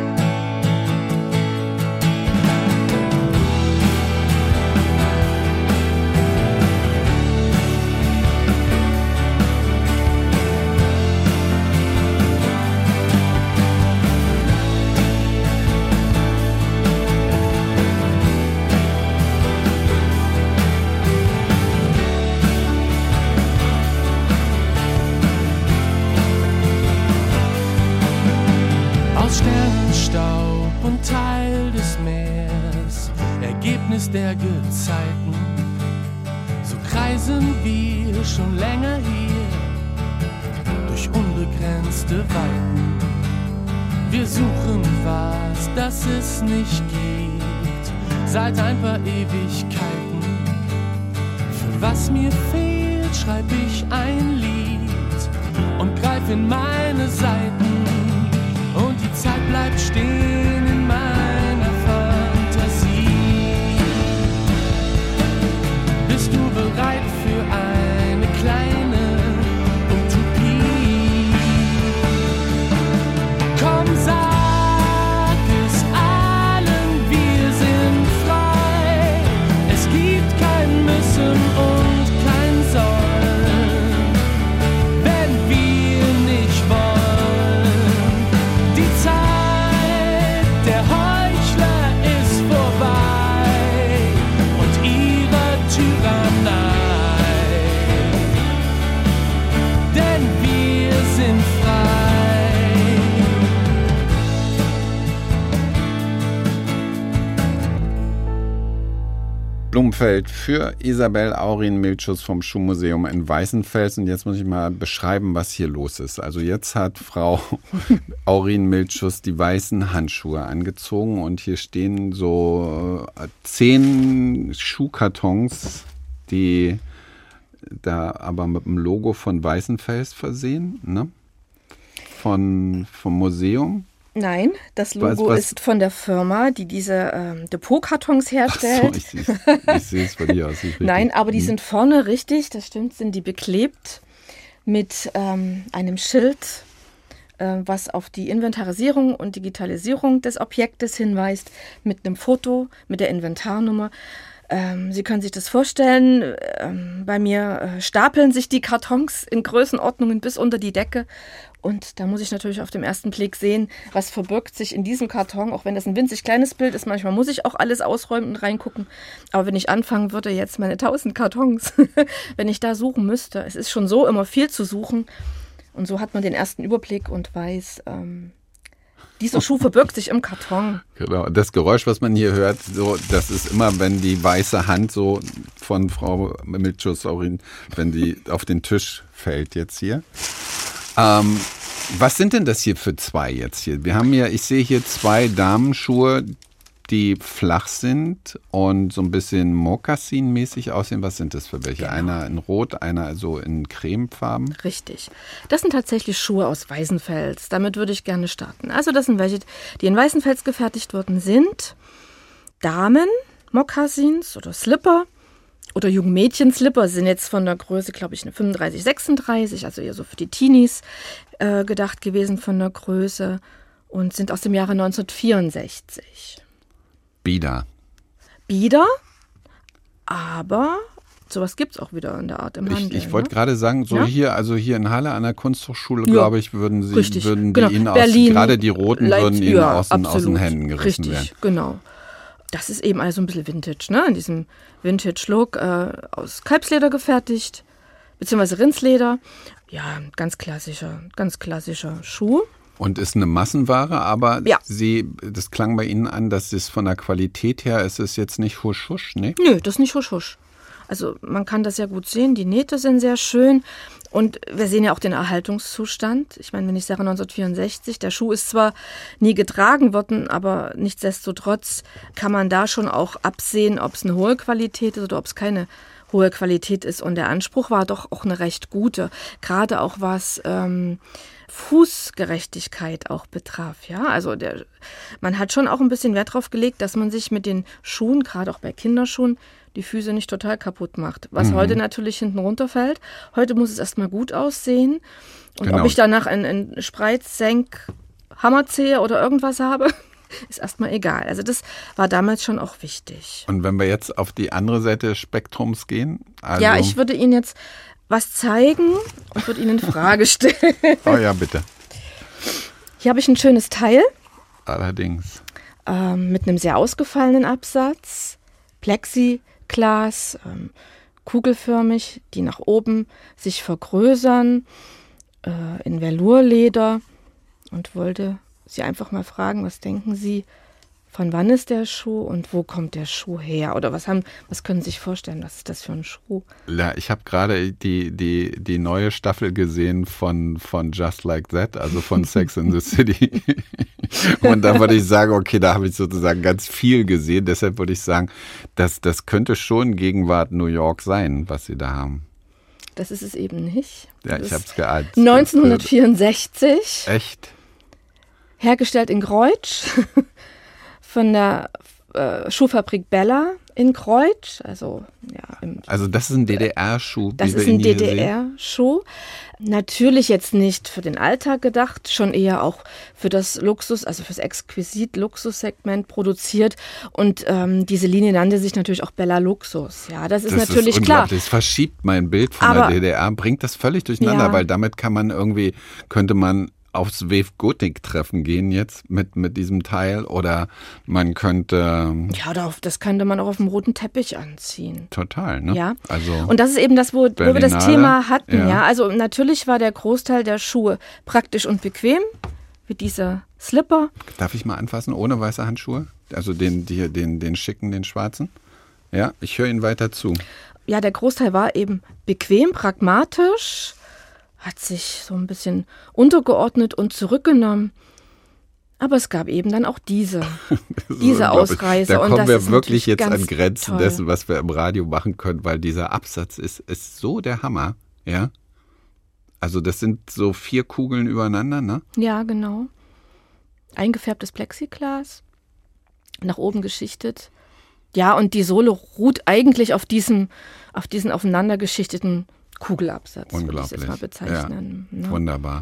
Der Gezeiten, so kreisen wir schon länger hier durch unbegrenzte Weiten. Wir suchen was, das es nicht gibt, seit ein paar Ewigkeiten. Für was mir fehlt, schreib ich ein Lied und greif in meine Seiten. Und die Zeit bleibt stehen in meiner Fantasie. Bist du bereit für eine kleine Utopie? Komm, sag es allen, wir sind frei. Es gibt kein Müssen und kein Blumenfeld für Isabel Aurin-Milchus vom Schuhmuseum in Weißenfels. Und jetzt muss ich mal beschreiben, was hier los ist. Also jetzt hat Frau Aurin-Milchus die weißen Handschuhe angezogen und hier stehen so zehn Schuhkartons, die da aber mit dem Logo von Weißenfels versehen, ne? Von, vom Museum. Nein, das Logo was, was? ist von der Firma, die diese ähm, Depotkartons herstellt. Ach so, ich sehe es von hier aus. Nein, aber die sind vorne richtig, das stimmt, sind die beklebt mit ähm, einem Schild, äh, was auf die Inventarisierung und Digitalisierung des Objektes hinweist, mit einem Foto, mit der Inventarnummer. Ähm, Sie können sich das vorstellen, ähm, bei mir äh, stapeln sich die Kartons in Größenordnungen bis unter die Decke. Und da muss ich natürlich auf dem ersten Blick sehen, was verbirgt sich in diesem Karton, auch wenn das ein winzig kleines Bild ist. Manchmal muss ich auch alles ausräumen und reingucken. Aber wenn ich anfangen würde, jetzt meine tausend Kartons, wenn ich da suchen müsste, es ist schon so immer viel zu suchen. Und so hat man den ersten Überblick und weiß, ähm, dieser Schuh verbirgt sich im Karton. Genau, das Geräusch, was man hier hört, so, das ist immer, wenn die weiße Hand so von Frau Milchus Aurin, wenn die auf den Tisch fällt jetzt hier. Ähm, was sind denn das hier für zwei jetzt hier? Wir haben ja, ich sehe hier zwei Damenschuhe, die flach sind und so ein bisschen Mokassin-mäßig aussehen. Was sind das für welche? Genau. Einer in Rot, einer so in Cremefarben? Richtig. Das sind tatsächlich Schuhe aus Weißenfels. Damit würde ich gerne starten. Also das sind welche, die in Weißenfels gefertigt worden sind. Damen, Mokassins oder Slipper. Oder Jungmädchen-Slipper sind jetzt von der Größe, glaube ich, eine fünfunddreißig, sechsunddreißig, also eher so für die Teenies äh, gedacht gewesen von der Größe und sind aus dem Jahre neunzehnhundertvierundsechzig. Bieder. Bieder, aber sowas gibt es auch wieder in der Art im Handel. Ich, ich wollte ne? gerade sagen, so ja? hier, also hier in Halle an der Kunsthochschule, ja. glaube ich, würden sie, Richtig. würden die genau. Ihnen aus, Berlin, gerade die roten Leipzig, würden Ihnen ja, aus, aus den Händen gerissen Richtig, werden. Genau. Das ist eben also ein bisschen Vintage, ne? In diesem Vintage-Look, äh, aus Kalbsleder gefertigt, beziehungsweise Rindsleder. Ja, ganz klassischer, ganz klassischer Schuh. Und ist eine Massenware, aber ja. Sie, das klang bei Ihnen an, dass es von der Qualität her, ist es jetzt nicht husch husch, ne? Nö, das ist nicht husch husch. Also man kann das ja gut sehen, die Nähte sind sehr schön und wir sehen ja auch den Erhaltungszustand. Ich meine, wenn ich sage neunzehnhundertvierundsechzig, der Schuh ist zwar nie getragen worden, aber nichtsdestotrotz kann man da schon auch absehen, ob es eine hohe Qualität ist oder ob es keine hohe Qualität ist. Und der Anspruch war doch auch eine recht gute, gerade auch was ähm, Fußgerechtigkeit auch betraf. Ja, also der, man hat schon auch ein bisschen Wert darauf gelegt, dass man sich mit den Schuhen, gerade auch bei Kinderschuhen, die Füße nicht total kaputt macht. Was mhm. heute natürlich hinten runterfällt. Heute muss es erstmal gut aussehen. Und genau. ob ich danach einen, einen Spreiz, Senk, Hammerzehe oder irgendwas habe, ist erstmal egal. Also das war damals schon auch wichtig. Und wenn wir jetzt auf die andere Seite des Spektrums gehen? Also ja, ich würde Ihnen jetzt was zeigen und würde Ihnen eine Frage stellen. Oh ja, bitte. Hier habe ich ein schönes Teil. Allerdings. Ähm, mit einem sehr ausgefallenen Absatz. Plexi. Glas, ähm, kugelförmig, die nach oben sich vergrößern, äh, in Velourleder und wollte Sie einfach mal fragen, was denken Sie, von wann ist der Schuh und wo kommt der Schuh her? Oder was haben, was können Sie sich vorstellen, was ist das für ein Schuh? Ja, ich habe gerade die, die, die neue Staffel gesehen von, von Just Like That, also von Sex in the City. Und da würde ich sagen, okay, da habe ich sozusagen ganz viel gesehen. Deshalb würde ich sagen, das, das könnte schon Gegenwart New York sein, was Sie da haben. Das ist es eben nicht. Ja, ich habe es geahnt. neunzehnhundertvierundsechzig. Echt? Hergestellt in Greutsch. Von der äh, Schuhfabrik Bella in Greutsch. Also, ja, im, also das ist ein D D R-Schuh. Das ist ein D D R-Schuh. Natürlich jetzt nicht für den Alltag gedacht, schon eher auch für das Luxus, also fürs Exquisit-Luxussegment produziert. Und ähm, diese Linie nannte sich natürlich auch Bella Luxus. Ja, das ist das natürlich ist klar. Das verschiebt mein Bild von Aber, der D D R, bringt das völlig durcheinander, ja. Weil damit kann man irgendwie, könnte man aufs Wave Gothic Treffen gehen jetzt mit, mit diesem Teil oder man könnte... Ja, oder auf, das könnte man auch auf dem roten Teppich anziehen. Total, ne? Ja, also und das ist eben das, wo, wo wir das Thema hatten. Ja. Ja, also natürlich war der Großteil der Schuhe praktisch und bequem, wie dieser Slipper. Darf ich mal anfassen, ohne weiße Handschuhe? Also den, die, den, den schicken, den schwarzen? Ja, ich höre Ihnen weiter zu. Ja, der Großteil war eben bequem, pragmatisch, hat sich so ein bisschen untergeordnet und zurückgenommen. Aber es gab eben dann auch diese, diese Ausreise. Da kommen und das wir ist wirklich jetzt ganz an Grenzen toll. dessen, was wir im Radio machen können, weil dieser Absatz ist, ist so der Hammer, ja. Also das sind so vier Kugeln übereinander, ne? Ja, genau. Eingefärbtes Plexiglas, nach oben geschichtet. Ja, und die Sohle ruht eigentlich auf diesem, auf diesen aufeinander geschichteten Kugelabsatz. Unglaublich. Würde ich jetzt mal bezeichnen. Ja, ne? wunderbar.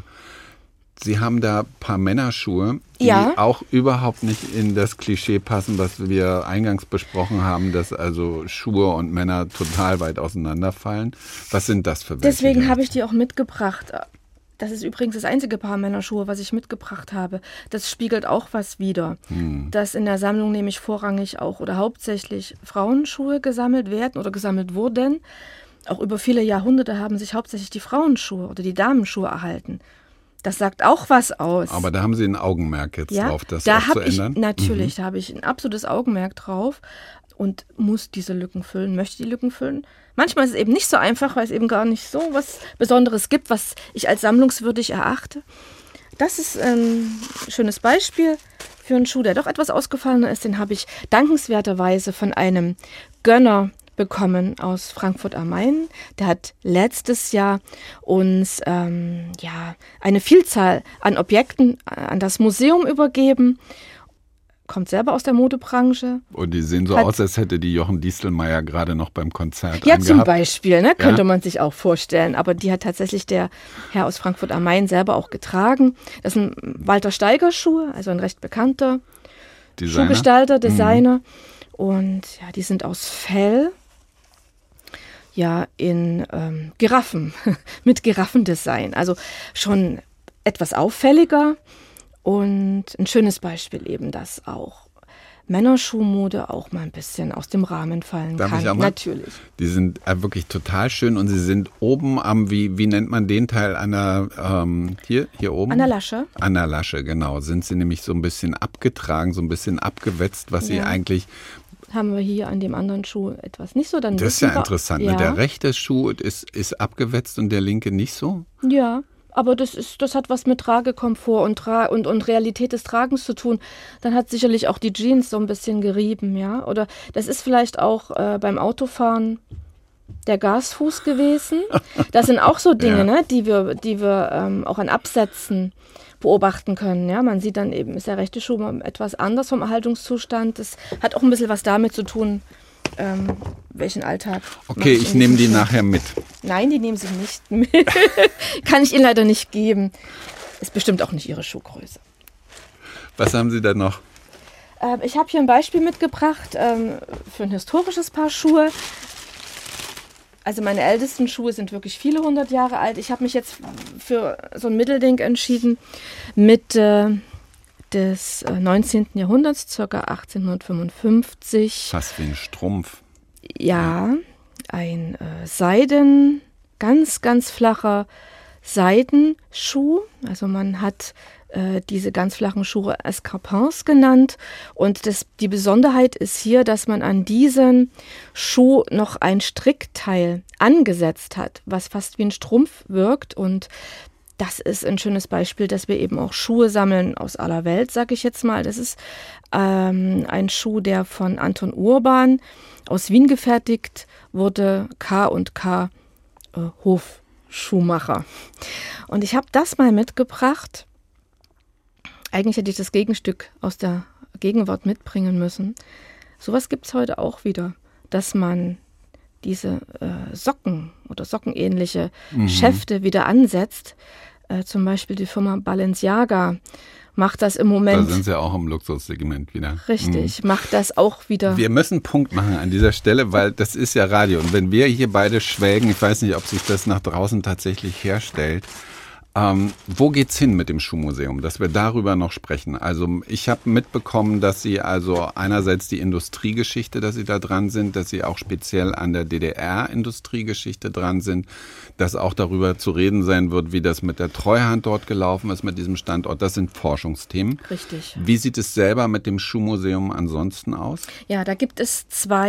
Sie haben da ein paar Männerschuhe, die Ja. auch überhaupt nicht in das Klischee passen, was wir eingangs besprochen haben, dass also Schuhe und Männer total weit auseinanderfallen. Was sind das für welche? Deswegen habe ich die auch mitgebracht. Das ist übrigens das einzige Paar Männerschuhe, was ich mitgebracht habe. Das spiegelt auch was wider. Hm. Dass in der Sammlung nämlich vorrangig auch oder hauptsächlich Frauenschuhe gesammelt werden oder gesammelt wurden. Auch über viele Jahrhunderte haben sich hauptsächlich die Frauenschuhe oder die Damenschuhe erhalten. Das sagt auch was aus. Aber da haben Sie ein Augenmerk jetzt ja, drauf, das da auch hab zu ich, ändern? Natürlich, da habe ich ein absolutes Augenmerk drauf und muss diese Lücken füllen, möchte die Lücken füllen. Manchmal ist es eben nicht so einfach, weil es eben gar nicht so was Besonderes gibt, was ich als sammlungswürdig erachte. Das ist ein schönes Beispiel für einen Schuh, der doch etwas ausgefallener ist. Den habe ich dankenswerterweise von einem Gönner bekommen aus Frankfurt am Main. Der hat letztes Jahr uns ähm, ja, eine Vielzahl an Objekten an das Museum übergeben. Kommt selber aus der Modebranche. Und die sehen so Hat- aus, als hätte die Jochen Diestelmeier gerade noch beim Konzert Ja, angehabt. zum Beispiel, ne, könnte Ja. man sich auch vorstellen. Aber die hat tatsächlich der Herr aus Frankfurt am Main selber auch getragen. Das sind Walter Steiger Schuhe, also ein recht bekannter Designer. Schuhgestalter, Designer. Und ja, die sind aus Fell. Ja, in ähm, Giraffen, mit Giraffendesign. Also schon etwas auffälliger und ein schönes Beispiel eben, dass auch Männerschuhmode auch mal ein bisschen aus dem Rahmen fallen Darf kann. ich auch mal? Natürlich. Die sind äh, wirklich total schön und sie sind oben am, wie, wie nennt man den Teil, an der, ähm, hier, hier oben? An der Lasche. An der Lasche, genau. Sind sie nämlich so ein bisschen abgetragen, so ein bisschen abgewetzt, was sie Ja. eigentlich, Haben wir hier an dem anderen Schuh etwas nicht so. Dann das ist wissen ja wir- interessant, ja. ne? Der rechte Schuh ist, ist abgewetzt und der linke nicht so? Ja, aber das ist, das hat was mit Tragekomfort und, Tra und, und Realität des Tragens zu tun. Dann hat sicherlich auch die Jeans so ein bisschen gerieben, ja. Oder das ist vielleicht auch äh, beim Autofahren der Gasfuß gewesen. Das sind auch so Dinge, Ja. ne, die wir, die wir ähm, auch an Absätzen beobachten können. Ja, man sieht dann eben, ist der rechte Schuh mal etwas anders vom Erhaltungszustand. Das hat auch ein bisschen was damit zu tun, ähm, welchen Alltag. mache Okay, ich in nehme diesem die Schuh. nachher mit. Nein, die nehmen Sie nicht mit. Kann ich Ihnen leider nicht geben. Ist bestimmt auch nicht Ihre Schuhgröße. Was haben Sie da noch? Ähm, ich habe hier ein Beispiel mitgebracht ähm, für ein historisches Paar Schuhe. Also meine ältesten Schuhe sind wirklich viele hundert Jahre alt. Ich habe mich jetzt für so ein Mittelding entschieden, Mitte des äh, neunzehnten Jahrhunderts, ca. achtzehnhundertfünfundfünfzig. Fast wie ein Strumpf. Ja, ein äh, Seiden, ganz, ganz flacher Seidenschuh. Also man hat äh, diese ganz flachen Schuhe Escarpins genannt. Und das, die Besonderheit ist hier, dass man an diesen Schuh noch ein Strickteil angesetzt hat, was fast wie ein Strumpf wirkt. Und das ist ein schönes Beispiel, dass wir eben auch Schuhe sammeln aus aller Welt, sag ich jetzt mal. Das ist ähm, ein Schuh, der von Anton Urban aus Wien gefertigt wurde, K und K äh, Hofschuhmacher. Und ich habe das mal mitgebracht. Eigentlich hätte ich das Gegenstück aus der Gegenwart mitbringen müssen. Sowas gibt es heute auch wieder, dass man diese äh, Socken oder sockenähnliche Mhm. Schäfte wieder ansetzt. Äh, zum Beispiel die Firma Balenciaga macht das im Da Moment. sind sie auch im Luxussegment wieder. Richtig, macht das auch wieder. Wir müssen einen Punkt machen an dieser Stelle, weil das ist ja Radio. Und wenn wir hier beide schwelgen, ich weiß nicht, ob sich das nach draußen tatsächlich herstellt. Ähm, wo geht's hin mit dem Schuhmuseum, dass wir darüber noch sprechen? Also ich habe mitbekommen, dass Sie also einerseits die Industriegeschichte, dass Sie da dran sind, dass Sie auch speziell an der D D R-Industriegeschichte dran sind, dass auch darüber zu reden sein wird, wie das mit der Treuhand dort gelaufen ist, mit diesem Standort. Das sind Forschungsthemen. Richtig. Wie sieht es selber mit dem Schuhmuseum ansonsten aus? Ja, da gibt es zwei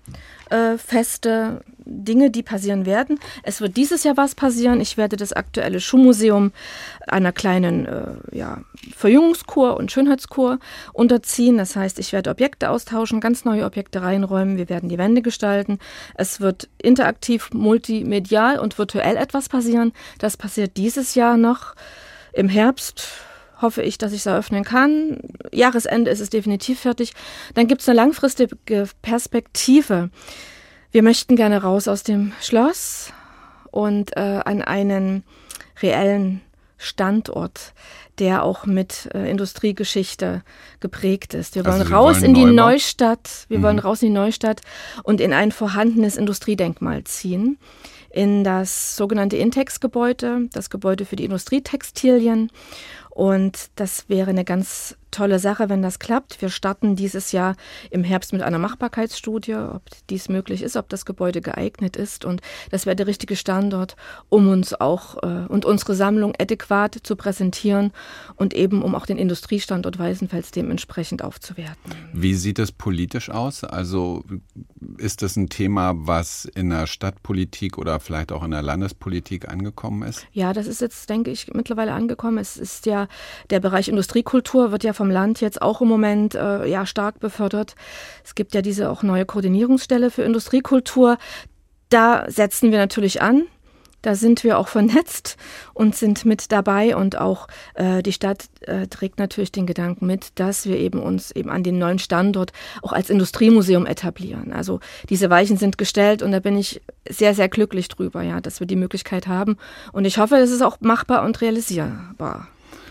äh, feste Dinge, die passieren werden. Es wird dieses Jahr was passieren. Ich werde das aktuelle Schuhmuseum einer kleinen äh, ja, Verjüngungskur und Schönheitskur unterziehen. Das heißt, ich werde Objekte austauschen, ganz neue Objekte reinräumen. Wir werden die Wände gestalten. Es wird interaktiv, multimedial und virtuell etwas passieren. Das passiert dieses Jahr noch. Im Herbst hoffe ich, dass ich es eröffnen kann. Jahresende ist es definitiv fertig. Dann gibt es eine langfristige Perspektive. Wir möchten gerne raus aus dem Schloss und äh, an einen reellen Standort, der auch mit äh, Industriegeschichte geprägt ist. Wir wollen Also Sie raus wollen in die Neubau? Neustadt. Wir Mhm. wollen raus in die Neustadt und in ein vorhandenes Industriedenkmal ziehen. In das sogenannte Intex-Gebäude, das Gebäude für die Industrietextilien. Und das wäre eine ganz tolle Sache, wenn das klappt. Wir starten dieses Jahr im Herbst mit einer Machbarkeitsstudie, ob dies möglich ist, ob das Gebäude geeignet ist. Und das wäre der richtige Standort, um uns auch äh, und unsere Sammlung adäquat zu präsentieren und eben um auch den Industriestandort Weißenfels dementsprechend aufzuwerten. Wie sieht es politisch aus? Also ist das ein Thema, was in der Stadtpolitik oder vielleicht auch in der Landespolitik angekommen ist? Ja, das ist jetzt, denke ich, mittlerweile angekommen. Es ist ja, der Bereich Industriekultur wird ja vom Land jetzt auch im Moment äh, ja, stark befördert. Es gibt ja diese auch neue Koordinierungsstelle für Industriekultur. Da setzen wir natürlich an. Da sind wir auch vernetzt und sind mit dabei. Und auch äh, die Stadt äh, trägt natürlich den Gedanken mit, dass wir eben uns eben an den neuen Standort auch als Industriemuseum etablieren. Also diese Weichen sind gestellt und da bin ich sehr, sehr glücklich drüber, ja, dass wir die Möglichkeit haben. Und ich hoffe, es ist auch machbar und realisierbar.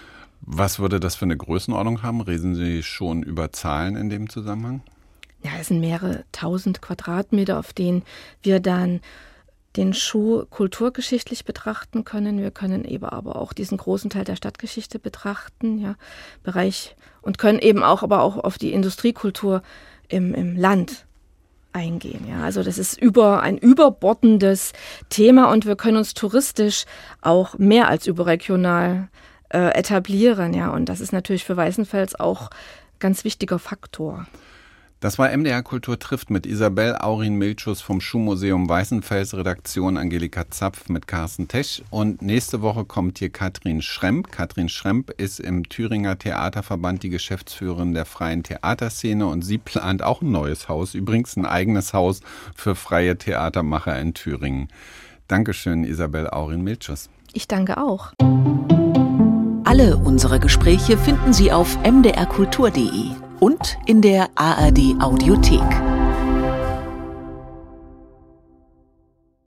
Was würde das für eine Größenordnung haben? Reden Sie schon über Zahlen in dem Zusammenhang? Ja, es sind mehrere tausend Quadratmeter, auf denen wir dann den Schuh kulturgeschichtlich betrachten können. Wir können eben aber auch diesen großen Teil der Stadtgeschichte betrachten, ja, Bereich, und können eben auch aber auch auf die Industriekultur im, im Land eingehen. Ja. Also das ist über ein überbordendes Thema und wir können uns touristisch auch mehr als überregional äh, etablieren. Ja. Und das ist natürlich für Weißenfels auch ein ganz wichtiger Faktor. Das war M D R Kultur trifft mit Isabel Aurin-Milchus vom Schuhmuseum Weißenfels, Redaktion Angelika Zapf mit Carsten Tesch. Und nächste Woche kommt hier Katrin Schremp. Katrin Schremp ist im Thüringer Theaterverband die Geschäftsführerin der freien Theaterszene und sie plant auch ein neues Haus, übrigens ein eigenes Haus für freie Theatermacher in Thüringen. Dankeschön, Isabel Aurin-Milchus. Ich danke auch. Alle unsere Gespräche finden Sie auf m d r kultur punkt d e und in der A R D Audiothek.